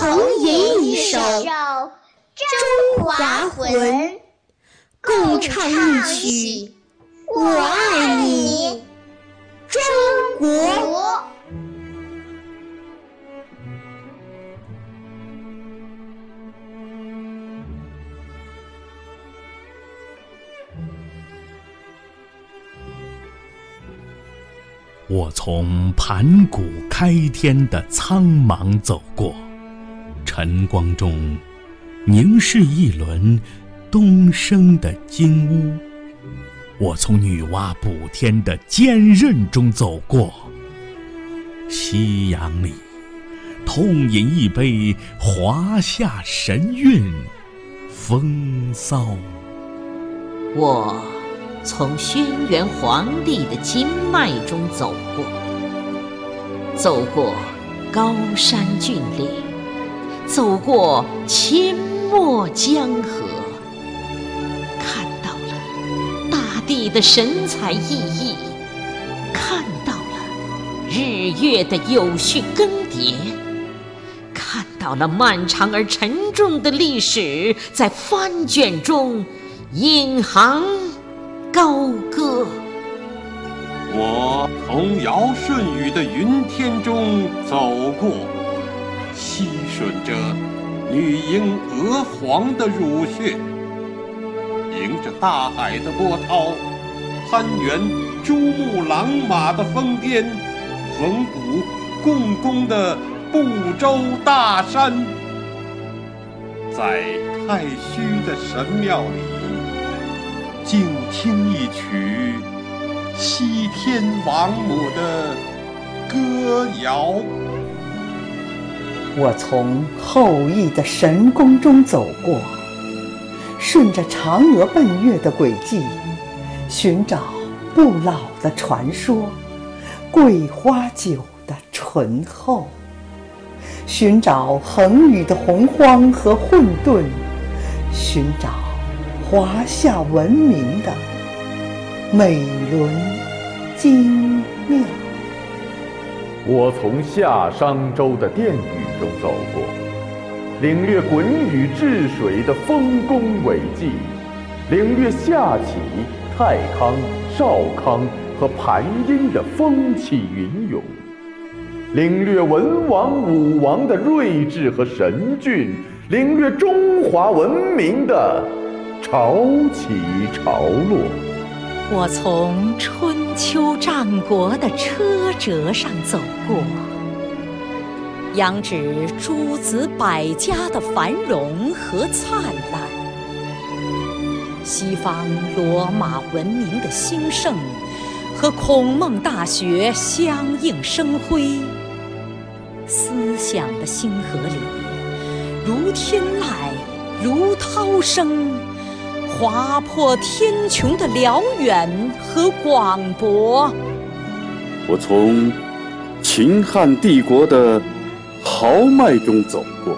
同吟一首《中华魂》，共唱一曲《我爱你，中国》。 我从盘古开天的苍茫走过，晨光中凝视一轮东升的金乌。我从女娲补天的坚韧中走过，夕阳里痛饮一杯华夏神韵风骚。 我从轩辕黄帝的经脉中走过，走过高山峻岭，走过阡陌江河，看到了大地的神采奕奕，看到了日月的有序更迭，看到了漫长而沉重的历史在翻卷中引航高歌。 我从尧舜禹的云天中走过，吸吮着女婴娥皇的乳血，迎着大海的波涛，攀援珠穆朗玛的峰巅，缝补共工的不周大山，在太虚的神庙里静听一曲西天王母的歌谣。 我从后羿的神宫中走过，顺着嫦娥奔月的轨迹，寻找不老的传说，桂花酒的醇厚，寻找恒宇的洪荒和混沌，寻找华夏文明的美轮精妙。 我从夏商周的殿宇中走过，领略滚雨治水的丰功伟绩，领略夏启、太康、少康和盘阴的风起云涌，领略文王武王的睿智和神俊，领略中华文明的潮起潮落。 我从春秋战国的车辙上走过，仰指诸子百家的繁荣和灿烂，西方罗马文明的兴盛和孔孟大学相映生辉。思想的星河里，如天籁，如涛声，划破天穹的辽远和广博。 我从秦汉帝国的豪迈中走过，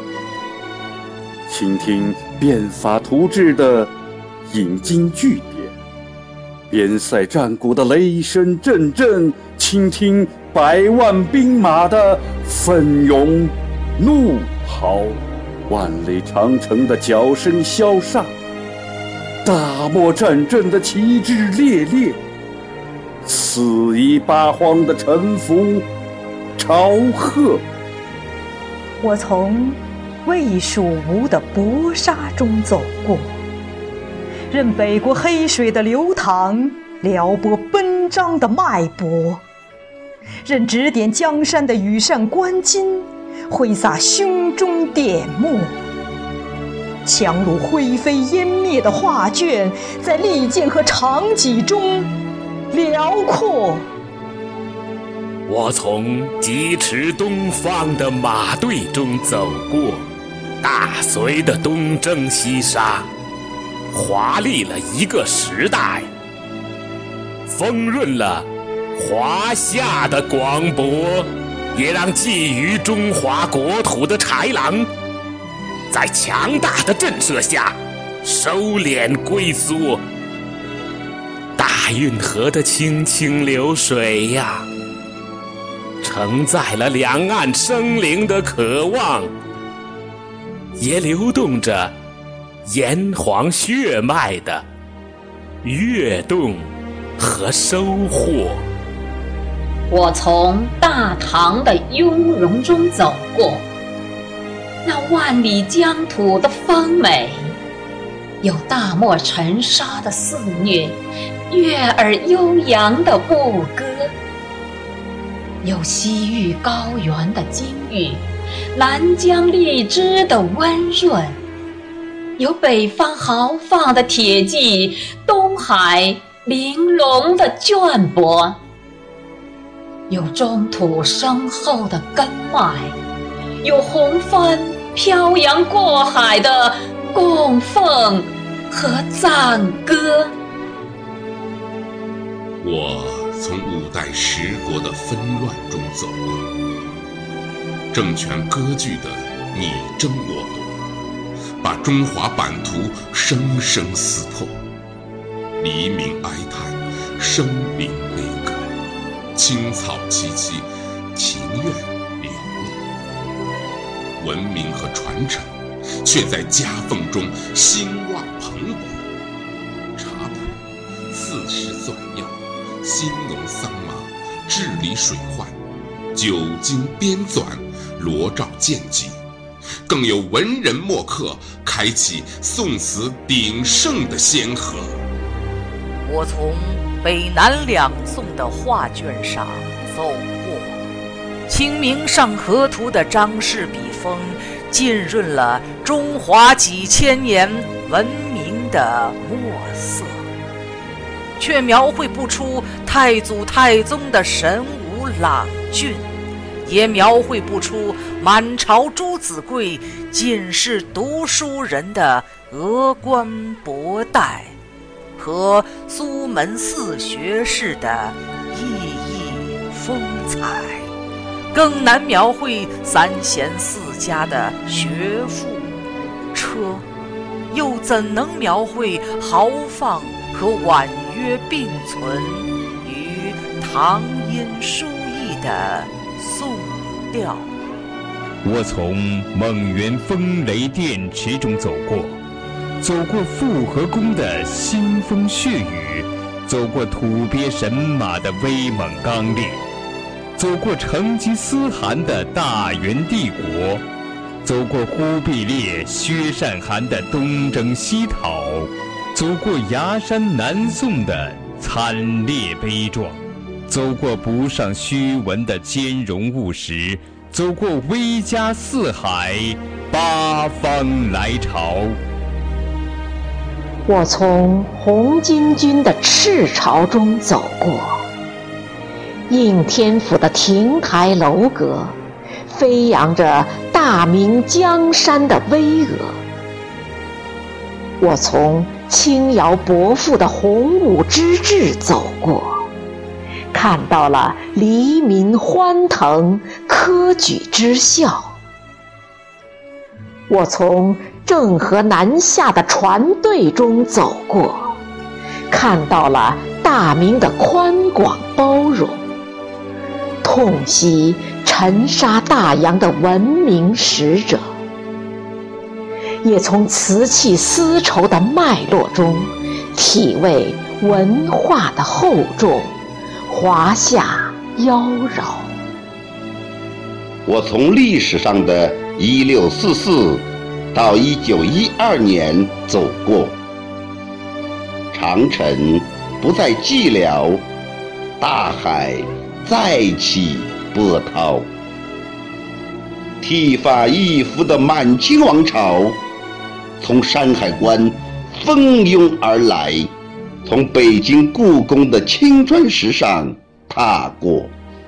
倾听变法图治的引经据典，边塞战鼓的雷声阵阵，倾听百万兵马的奋勇怒号，万里长城的脚声萧上，大漠战阵的旗帜猎猎，四夷八荒的臣服朝贺。 我从魏蜀吴的搏杀中走过，任北国黑水的流淌，撩拨奔张的脉搏，任指点江山的羽扇纶巾，挥洒胸中点墨。强如灰飞烟灭的画卷，在利剑和长戟中辽阔。 我从疾驰东方的马队中走过，大隋的东征西杀，华丽了一个时代，丰润了华夏的广博，也让觊觎中华国土的豺狼在强大的震慑下收敛龟缩。大运河的清清流水呀，承载了两岸生灵的渴望也流动着炎黄血脉的跃动和收获。 我从大唐的雍容中走过，那万里疆土的丰美，有大漠尘沙的肆虐，悦耳悠扬的牧歌，有西域高原的金玉，南疆荔枝的温润，有北方豪放的铁骑，东海玲珑的绢帛，有中土深厚的根脉，有红帆漂洋过海的供奉和赞歌。 我从五代十国的纷乱中走过，政权割据的你争我夺，把中华版图生生撕破，黎民哀叹，生灵悲歌，青草萋萋，庭院流离，文明和传承却在夹缝中兴旺蓬勃。茶谱四时钻药，兴农桑麻，治理水患，久经编纂，罗照见机，更有文人墨客开启宋词鼎盛的先河。 我从北南两宋的画卷上走过，清明上河图的张氏笔锋浸润了中华几千年文明的墨色，却描绘不出太祖太宗的神武朗峻，也描绘不出满朝诸子贵尽是读书人的峨冠博带和苏门四学士的熠熠风采，更难描绘三贤四家的学富五车，又怎能描绘豪放和婉约并存于唐音书意的宋调？ 我从蒙元风雷电池中走过，走过复合宫的腥风血雨，走过土鳖神马的威猛刚烈，走过成吉思汗的大元帝国，走过忽必烈薛善汗的东征西讨，走过崖山南宋的惨烈悲壮，走过不上虚文的兼容务实，走过威加四海，八方来朝。 我从红巾军的赤潮中走过，应天府的亭台楼阁飞扬着大明江山的巍峨。我从轻徭薄赋的洪武之治走过，看到了黎民欢腾，科举之效。我从郑和南下的船队中走过，看到了大明的宽广包容，痛惜沉沙大洋的文明使者，也从瓷器丝绸的脉络中体味文化的厚重，华夏妖娆。 我从历史上的1644到1912年走过，长城不再寂寥，大海再起波涛。剃发易服的满清王朝从山海关蜂拥而来，从北京故宫的青砖石上踏过。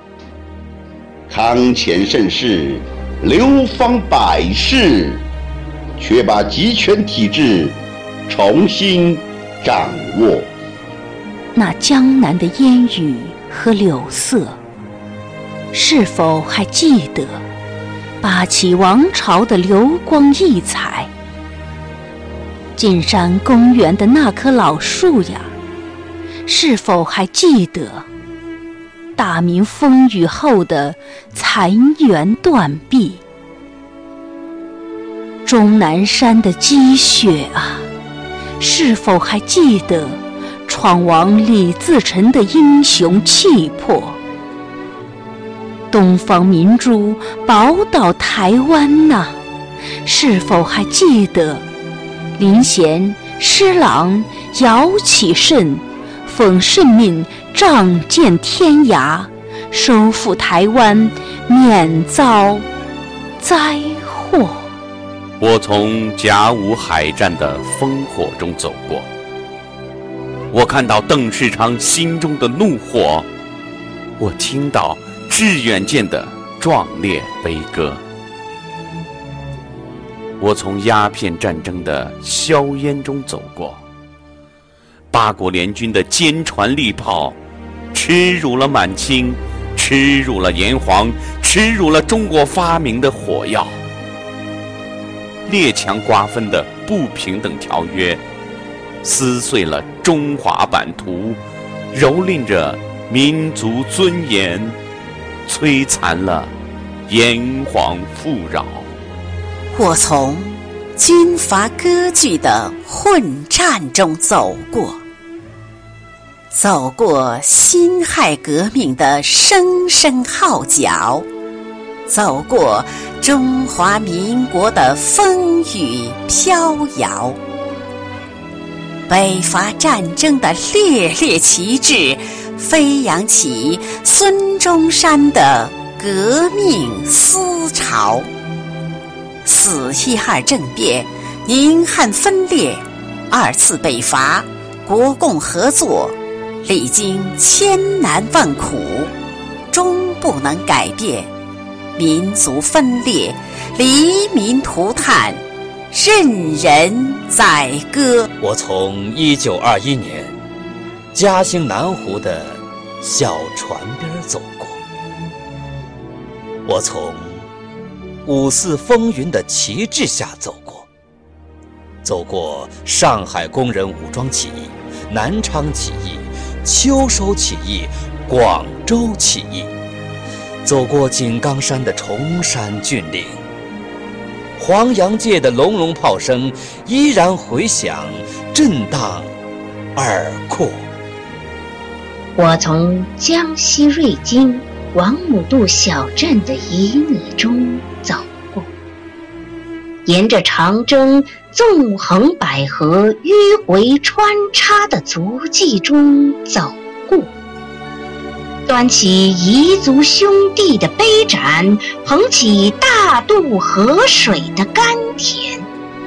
康乾盛世，流芳百世，却把集权体制重新掌握。 那江南的烟雨和柳色，是否还记得八旗王朝的流光溢彩？金山公园的那棵老树呀，是否还记得大明风雨后的残垣断壁？ 终南山的积雪啊，是否还记得闯王李自成的英雄气魄？东方明珠宝岛台湾呐，是否还记得林贤施琅摇旗胜，奉圣命仗剑天涯，收复台湾，免遭灾祸？ 我从甲午海战的烽火中走过，我看到邓世昌心中的怒火，我听到致远舰的壮烈悲歌。我从鸦片战争的硝烟中走过，八国联军的坚船利炮耻辱了满清，耻辱了炎黄，耻辱了中国发明的火药。列强瓜分的不平等条约撕碎了中华版图，蹂躏着民族尊严，摧残了炎黄富饶。 我从军阀割据的混战中走过，走过辛亥革命的声声号角，走过中华民国的风雨飘摇。北伐战争的烈烈旗帜飞扬起孙中山的革命思潮。4·12政变，宁汉分裂，2次北伐，国共合作，历经千难万苦，终不能改变民族分裂，黎民涂炭，任人宰割。 我从1921年嘉兴南湖的小船边走过，我从5·4风云的旗帜下走过，走过上海工人武装起义、南昌起义、秋收起义、广州起义，走过井冈山的崇山峻岭，黄杨界的隆隆炮声依然回响，震荡耳廓。 我从江西瑞金王母渡小镇的旖旎中走过，沿着长征纵横捭阖迂回穿插的足迹中走过，端起彝族兄弟的杯盏，捧起大渡河水的甘甜。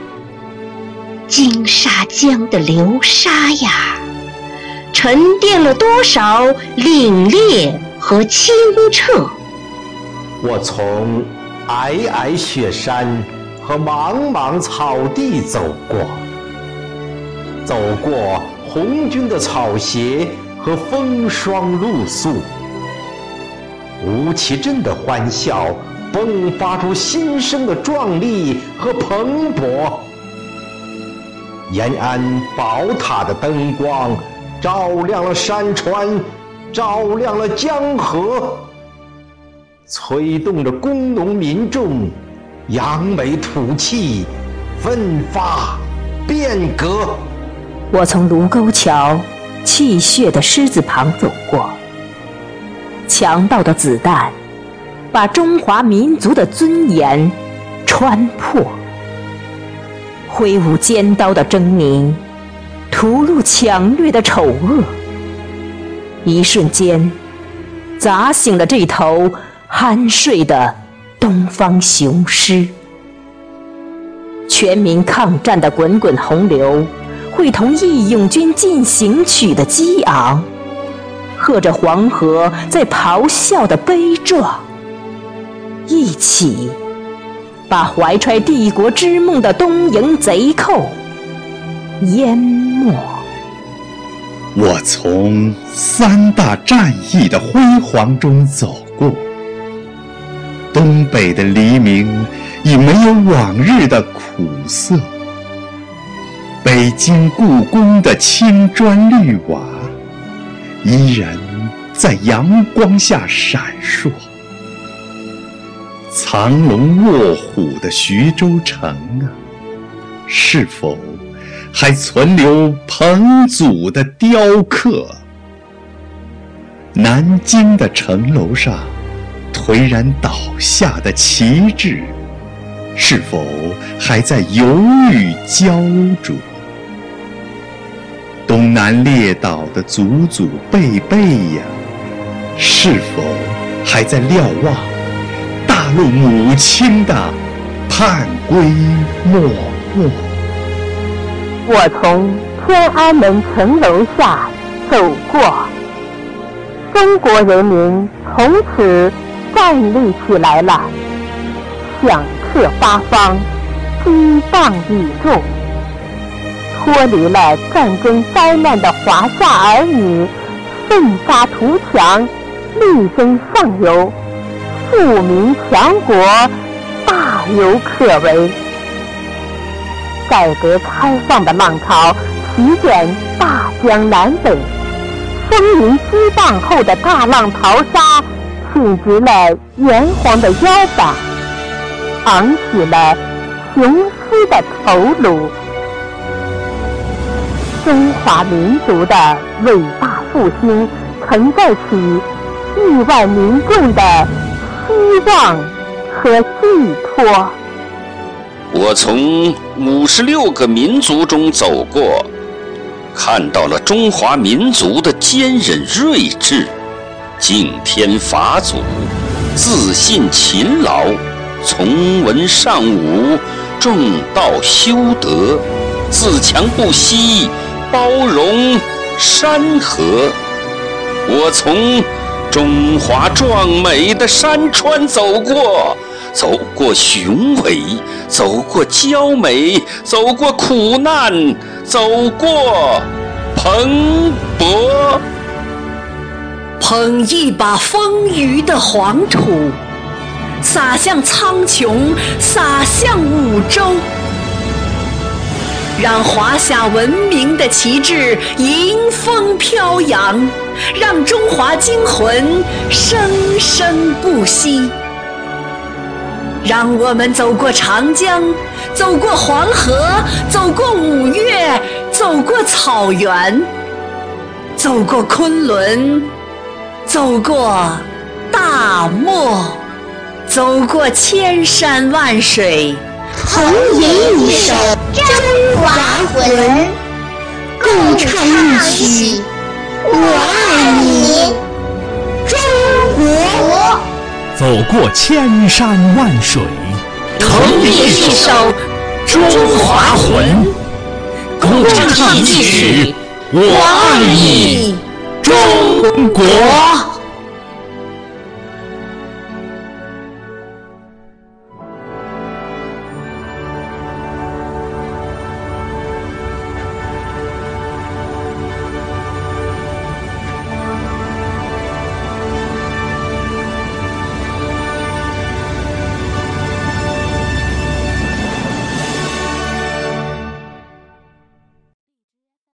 金沙江的流沙呀，沉淀了多少凛冽和清澈。 我从皑皑雪山和茫茫草地走过，走过红军的草鞋和风霜露宿，吴其振的欢笑迸发出新生的壮丽和蓬勃。延安宝塔的灯光照亮了山川，照亮了江河，催动着工农民众扬眉吐气，奋发变革。 我从卢沟桥泣血的狮子旁走过，强盗的子弹把中华民族的尊严穿破，挥舞尖刀的狰狞屠戮抢掠的丑恶，一瞬间砸醒了这头酣睡的东方雄狮。全民抗战的滚滚洪流会同义勇军进行曲的激昂，和着黄河在咆哮的悲壮，一起把怀揣帝国之梦的东瀛贼寇淹没。 我从3大战役的辉煌中走过，东北的黎明已没有往日的苦涩，北京故宫的青砖绿瓦依然在阳光下闪烁。 藏龙卧虎的徐州城啊，是否还存留彭祖的雕刻？南京的城楼上颓然倒下的旗帜，是否还在犹豫焦灼？东南列岛的祖祖辈辈呀，是否还在瞭望大陆母亲的盼归没没？ 我从天安门城楼下走过，中国人民从此站立起来了，响彻八方，激荡宇宙。脱离了战争灾难的华夏儿女，奋发图强，力争上游，富民强国，大有可为。改革开放的浪潮席卷大江南北，风云激荡后的大浪淘沙，挺直了炎黄的腰板，昂起了雄狮的头颅。中华民族的伟大复兴承载起亿万民众的希望和寄托。 我从56个民族中走过，看到了中华民族的坚韧睿智，敬天法祖，自信勤劳，从文尚武，重道修德，自强不息，包容山河。我从中华壮美的山川走过，走过雄伟，走过娇美，走过苦难，走过蓬勃。 捧一把丰腴的黄土，洒向苍穹，洒向五洲，让华夏文明的旗帜迎风飘扬，让中华精魂生生不息。让我们走过长江，走过黄河，走过五岳，走过草原，走过昆仑，走过大漠，走过千山万水， 同吟一首中华魂，共唱一曲我爱你中国。 走过千山万水， 同吟一首中华魂，共唱一曲我爱你中国。